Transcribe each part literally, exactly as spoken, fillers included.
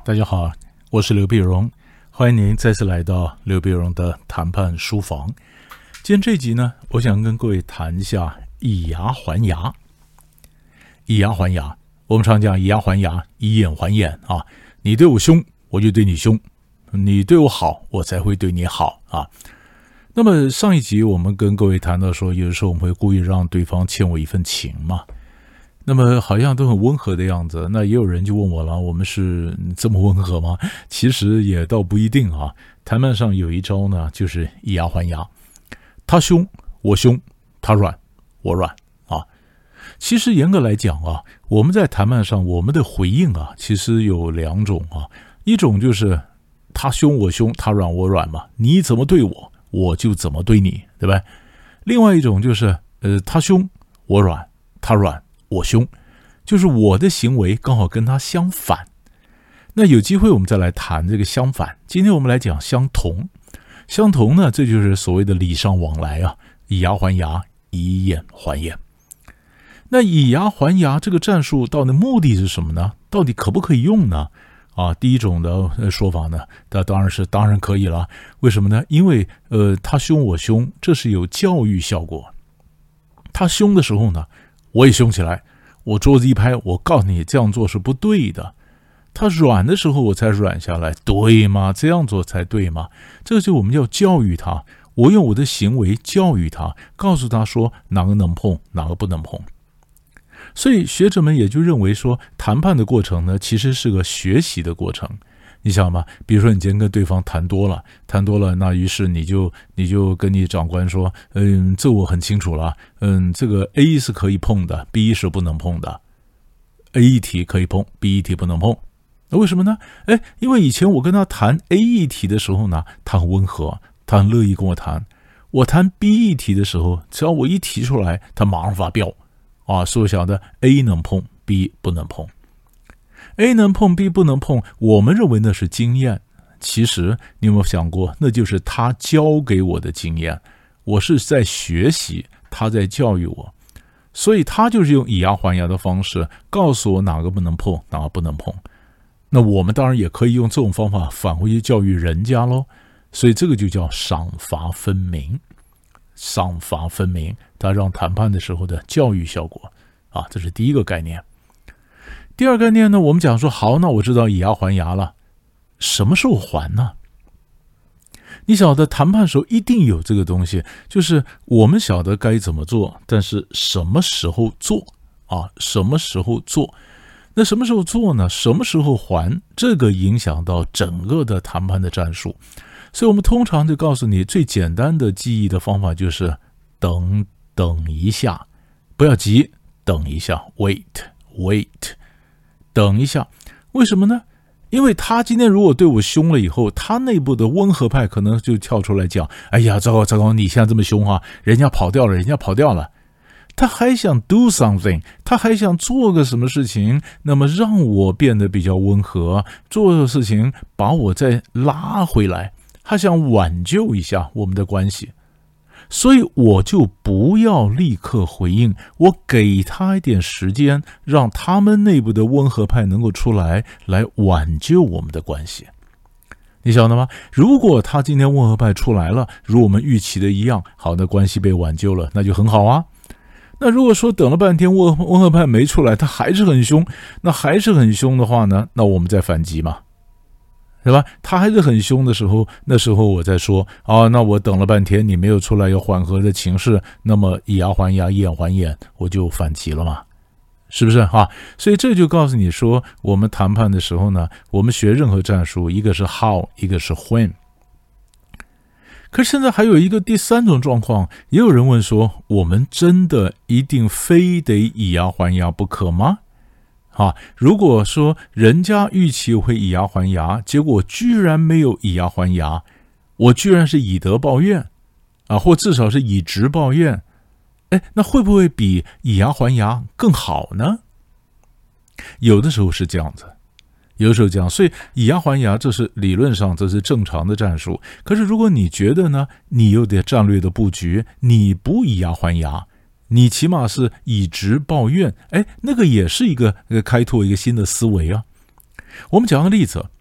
大家好，我是刘必荣，欢迎您再次来到刘必荣的谈判书房。今天这集呢，我想跟各位谈一下以牙还牙。以牙还牙，我们常讲以牙还牙，以眼还眼啊。你对我凶，我就对你凶；你对我好，我才会对你好啊。那么上一集我们跟各位谈到说，有的时候我们会故意让对方欠我一份情嘛。那么好像都很温和的样子，那也有人就问我了，我们是这么温和吗？其实也倒不一定啊。谈判上有一招呢，就是以牙还牙，他凶我凶，他软我软啊。其实严格来讲啊，我们在谈判上我们的回应啊，其实有两种啊，一种就是他凶我凶，他软我软嘛，你怎么对我，我就怎么对你，对吧？另外一种就是呃，他凶我软，他软我凶，就是我的行为刚好跟他相反。那有机会我们再来谈这个相反。今天我们来讲相同。相同呢，这就是所谓的礼尚往来啊，以牙还牙，以眼还眼。那以牙还牙这个战术到底目的是什么呢？到底可不可以用呢？啊，第一种的说法呢，那当然是当然可以了。为什么呢？因为呃，他凶我凶，这是有教育效果。他凶的时候呢，我也凶起来，我桌子一拍，我告诉你这样做是不对的。他软的时候我才软下来，对吗？这样做才对吗？这个就我们要教育他，我用我的行为教育他，告诉他说哪个能碰，哪个不能碰。所以学者们也就认为说，谈判的过程呢，其实是个学习的过程。你想嘛，比如说你今天跟对方谈多了，谈多了，那于是你就你就跟你长官说，嗯，这我很清楚了，嗯，这个 A 是可以碰的 ，B 是不能碰的 ，A 议题可以碰 ，B 议题不能碰。那为什么呢？哎，因为以前我跟他谈 A 议题的时候呢，他很温和，他很乐意跟我谈。我谈 B 议题的时候，只要我一提出来，他马上发飙啊，所以我晓得 A 能碰 ，B 不能碰。A 能碰 B 不能碰，我们认为那是经验，其实你有没有想过，那就是他教给我的经验，我是在学习，他在教育我，所以他就是用以牙还牙的方式告诉我哪个不能碰，哪个不能碰。那我们当然也可以用这种方法返回去教育人家咯，所以这个就叫赏罚分明。赏罚分明，它让谈判的时候的教育效果啊，这是第一个概念。第二概念呢，我们讲说好，那我知道以牙还牙了，什么时候还呢？你晓得谈判的时候一定有这个东西，就是我们晓得该怎么做，但是什么时候做啊？什么时候做？那什么时候做呢？什么时候还？这个影响到整个的谈判的战术。所以我们通常就告诉你，最简单的记忆的方法就是等等一下，不要急，等一下 ，wait wait。等一下，为什么呢？因为他今天如果对我凶了以后，他内部的温和派可能就跳出来讲，哎呀，糟糕糟糕，你现在这么凶啊，人家跑掉了，人家跑掉了。他还想 do something， 他还想做个什么事情，那么让我变得比较温和，做的事情把我再拉回来，他想挽救一下我们的关系。所以我就不要立刻回应，我给他一点时间，让他们内部的温和派能够出来，来挽救我们的关系。你晓得吗？如果他今天温和派出来了，如我们预期的一样，好的关系被挽救了，那就很好啊。那如果说等了半天温温和派没出来，他还是很凶，那还是很凶的话呢，那我们再反击嘛。是吧？他还是很凶的时候，那时候我在说啊，那我等了半天，你没有出来有缓和的情势，那么以牙还牙，以眼还眼，我就反击了嘛，是不是啊？所以这就告诉你说，我们谈判的时候呢，我们学任何战术，一个是 how， 一个是 when。可是现在还有一个第三种状况，也有人问说，我们真的一定非得以牙还牙不可吗？啊，如果说人家预期会以牙还牙，结果居然没有以牙还牙，我居然是以德报怨啊，或至少是以直报怨，哎，那会不会比以牙还牙更好呢？有的时候是这样子，有的时候这样，所以以牙还牙，这是理论上这是正常的战术。可是如果你觉得呢，你有点战略的布局，你不以牙还牙，你起码是以直报怨，哎，那个也是一个开拓一个新的思维啊。我们讲个例子，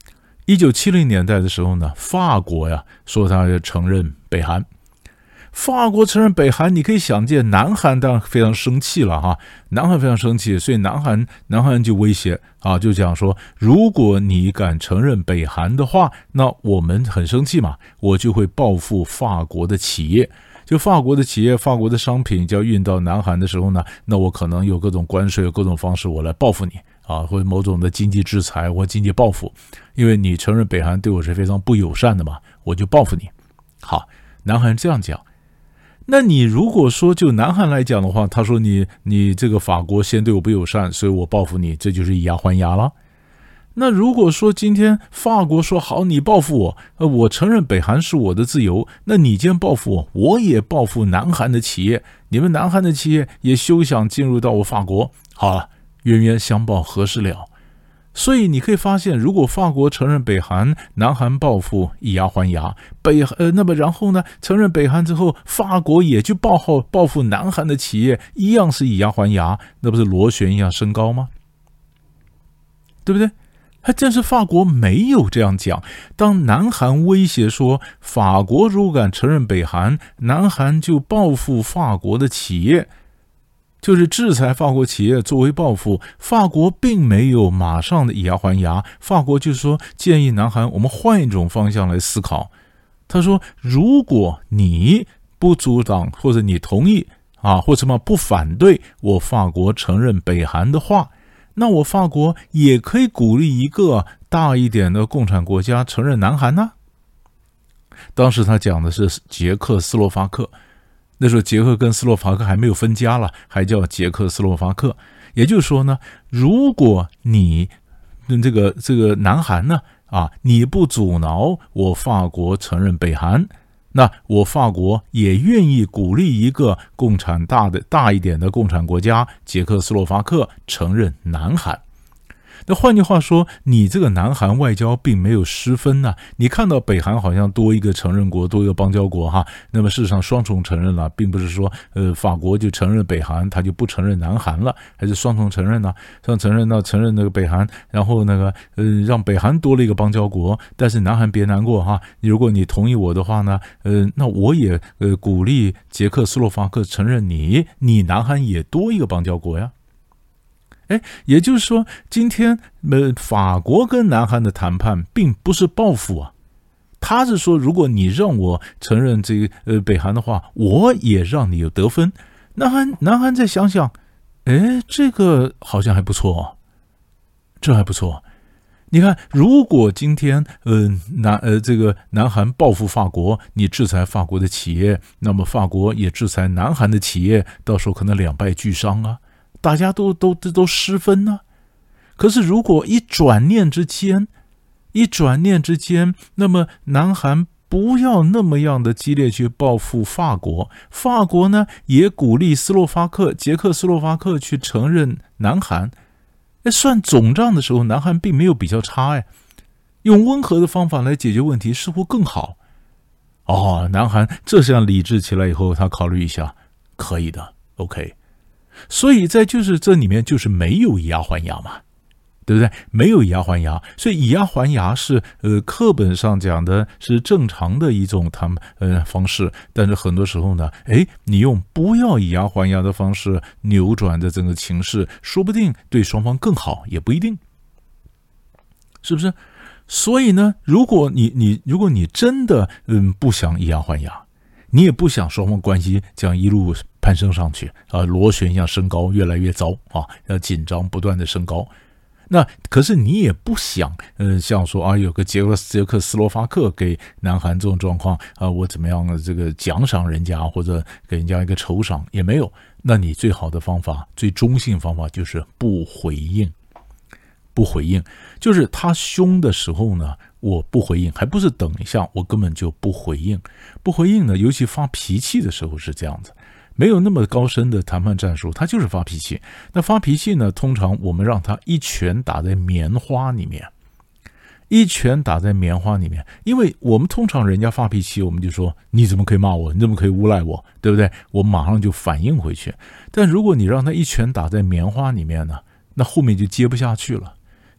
一九七零年代的时候呢，法国呀说他要承认北韩。法国承认北韩，你可以想见，南韩当然非常生气了哈，南韩非常生气，所以南韩南韩就威胁啊，就讲说，如果你敢承认北韩的话，那我们很生气嘛，我就会报复法国的企业。就法国的企业、法国的商品就要运到南韩的时候呢，那我可能有各种关税、有各种方式，我来报复你啊，或者某种的经济制裁或经济报复，因为你承认北韩对我是非常不友善的嘛，我就报复你。好，南韩这样讲。那你如果说就南韩来讲的话，他说你你这个法国先对我不友善，所以我报复你，这就是以牙还牙了。那如果说今天法国说好，你报复我，呃，我承认北韩是我的自由，那你今天报复我，我也报复南韩的企业，你们南韩的企业也休想进入到我法国。好了，冤冤相报何时了？所以你可以发现，如果法国承认北韩，南韩报复，以牙还牙，北呃，那么然后呢，承认北韩之后，法国也就报复报复南韩的企业，一样是以牙还牙，那不是螺旋一样升高吗？对不对？还真是法国没有这样讲。当南韩威胁说，法国如果敢承认北韩，南韩就报复法国的企业。就是制裁法国企业作为报复，法国并没有马上的以牙还牙，法国就是说建议南韩我们换一种方向来思考。他说，如果你不阻挡或者你同意啊，或者什么不反对我法国承认北韩的话，那我法国也可以鼓励一个大一点的共产国家承认南韩呢。当时他讲的是捷克斯洛伐克。那时候捷克跟斯洛伐克还没有分家了，还叫捷克斯洛伐克。也就是说呢，如果你这个这个南韩呢啊，你不阻挠我法国承认北韩，那我法国也愿意鼓励一个共产大的大一点的共产国家捷克斯洛伐克承认南韩。那换句话说，你这个南韩外交并没有失分呐、啊。你看到北韩好像多一个承认国，多一个邦交国哈。那么事实上双重承认了，并不是说呃法国就承认北韩，他就不承认南韩了，还是双重承认呢、啊？双重承认到承认那个北韩，然后那个呃让北韩多了一个邦交国，但是南韩别难过哈。如果你同意我的话呢，呃那我也呃鼓励捷克斯洛伐克承认你，你南韩也多一个邦交国呀。哎，也就是说，今天呃，法国跟南韩的谈判并不是报复啊，他是说，如果你让我承认这个呃北韩的话，我也让你有得分。南韩南韩再想想，哎，这个好像还不错哦，这还不错。你看，如果今天呃南呃这个南韩报复法国，你制裁法国的企业，那么法国也制裁南韩的企业，到时候可能两败俱伤啊。大家都都都失分呢、啊，可是如果一转念之间，一转念之间，那么南韩不要那么样的激烈去报复法国，法国呢也鼓励斯洛伐克、捷克斯洛伐克去承认南韩。算总账的时候，南韩并没有比较差哎，用温和的方法来解决问题似乎更好。哦，南韩这样理智起来以后，他考虑一下，可以的 ，OK。所以在就是这里面就是没有以牙还牙嘛，对不对？没有以牙还牙，所以以牙还牙是呃课本上讲的是正常的一种谈呃方式，但是很多时候呢，哎，你用不要以牙还牙的方式扭转的整个情势，说不定对双方更好，也不一定，是不是？所以呢，如果你你如果你真的嗯不想以牙还牙，你也不想双方关系这样一路攀升上去啊，螺旋一样升高，越来越糟啊，要紧张不断的升高。那可是你也不想，呃，像说啊，有个捷克捷克斯洛伐克给南韩这种状况啊，我怎么样的这个奖赏人家或者给人家一个酬赏也没有。那你最好的方法，最中性方法就是不回应，不回应，就是他凶的时候呢。我不回应，还不是等一下，我根本就不回应。不回应呢，尤其发脾气的时候是这样子，没有那么高深的谈判战术，他就是发脾气。那发脾气呢，通常我们让他一拳打在棉花里面，一拳打在棉花里面，因为我们通常人家发脾气，我们就说你怎么可以骂我，你怎么可以诬赖我，对不对？我马上就反应回去。但如果你让他一拳打在棉花里面呢，那后面就接不下去了。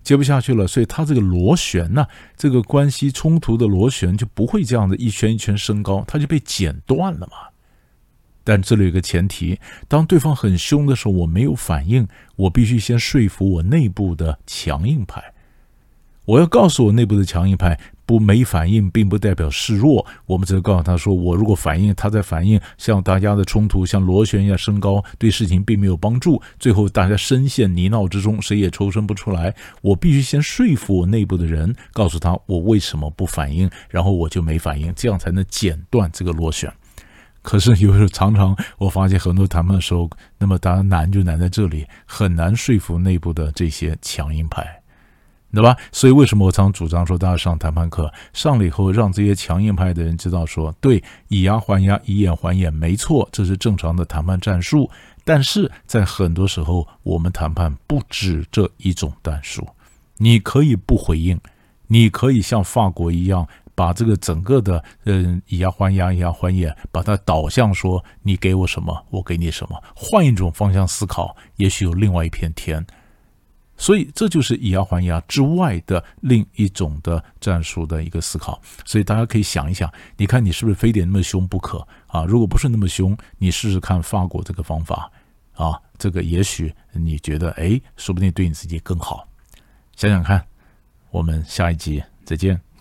接不下去了，所以他这个螺旋呢、啊，这个关系冲突的螺旋就不会这样的一圈一圈升高，它就被剪断了嘛。但这里有一个前提，当对方很凶的时候，我没有反应，我必须先说服我内部的强硬派。我要告诉我内部的强硬派，不没反应并不代表示弱，我们只是告诉他说，我如果反应，他在反应，像大家的冲突像螺旋一样升高，对事情并没有帮助，最后大家深陷泥淖之中，谁也抽身不出来。我必须先说服我内部的人，告诉他我为什么不反应，然后我就没反应，这样才能剪断这个螺旋。可是有时候常常我发现很多谈判的时候，那么当然难就难在这里，很难说服内部的这些强硬派，对吧？所以为什么我常主张说大家上谈判课，上了以后让这些强硬派的人知道说，对，以牙还牙，以眼还眼，没错，这是正常的谈判战术。但是在很多时候，我们谈判不止这一种战术，你可以不回应，你可以像法国一样，把这个整个的嗯以牙还牙，以牙还眼，把它导向说你给我什么，我给你什么，换一种方向思考，也许有另外一片天。所以这就是以牙还牙之外的另一种的战术的一个思考。所以大家可以想一想，你看你是不是非得那么凶不可啊？如果不是那么凶，你试试看法国这个方法啊，这个也许你觉得哎，说不定对你自己更好。想想看，我们下一集再见。